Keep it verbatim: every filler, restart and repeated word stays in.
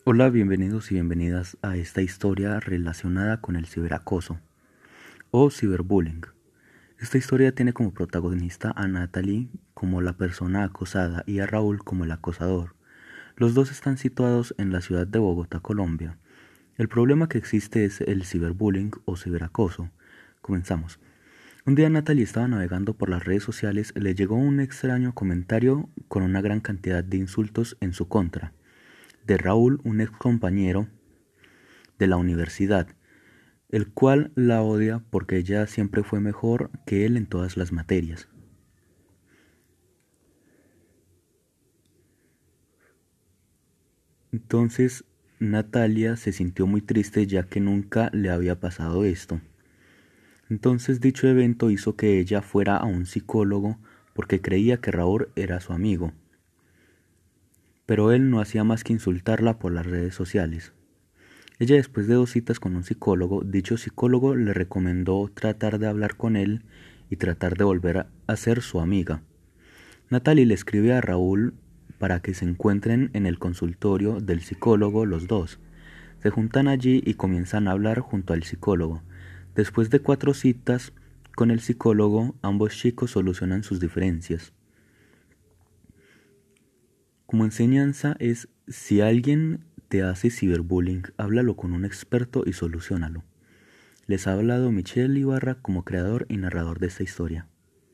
Hola, bienvenidos y bienvenidas a esta historia relacionada con el ciberacoso o ciberbullying. Esta historia tiene como protagonista a Natalie como la persona acosada y a Raúl como el acosador. Los dos están situados en la ciudad de Bogotá, Colombia. El problema que existe es el ciberbullying o ciberacoso. Comenzamos. Un día Natalie estaba navegando por las redes sociales y le llegó un extraño comentario con una gran cantidad de insultos en su contra, de Raúl, un ex compañero de la universidad, el cual la odia porque ella siempre fue mejor que él en todas las materias. Entonces Natalia se sintió muy triste ya que nunca le había pasado esto. Entonces dicho evento hizo que ella fuera a un psicólogo porque creía que Raúl era su amigo. Pero él no hacía más que insultarla por las redes sociales. Ella, después de dos citas con un psicólogo, dicho psicólogo le recomendó tratar de hablar con él y tratar de volver a ser su amiga. Natalie le escribe a Raúl para que se encuentren en el consultorio del psicólogo los dos. Se juntan allí y comienzan a hablar junto al psicólogo. Después de cuatro citas con el psicólogo, ambos chicos solucionan sus diferencias. Como enseñanza es, si alguien te hace ciberbullying, háblalo con un experto y soluciónalo. Les ha hablado Michelle Ibarra como creador y narrador de esta historia.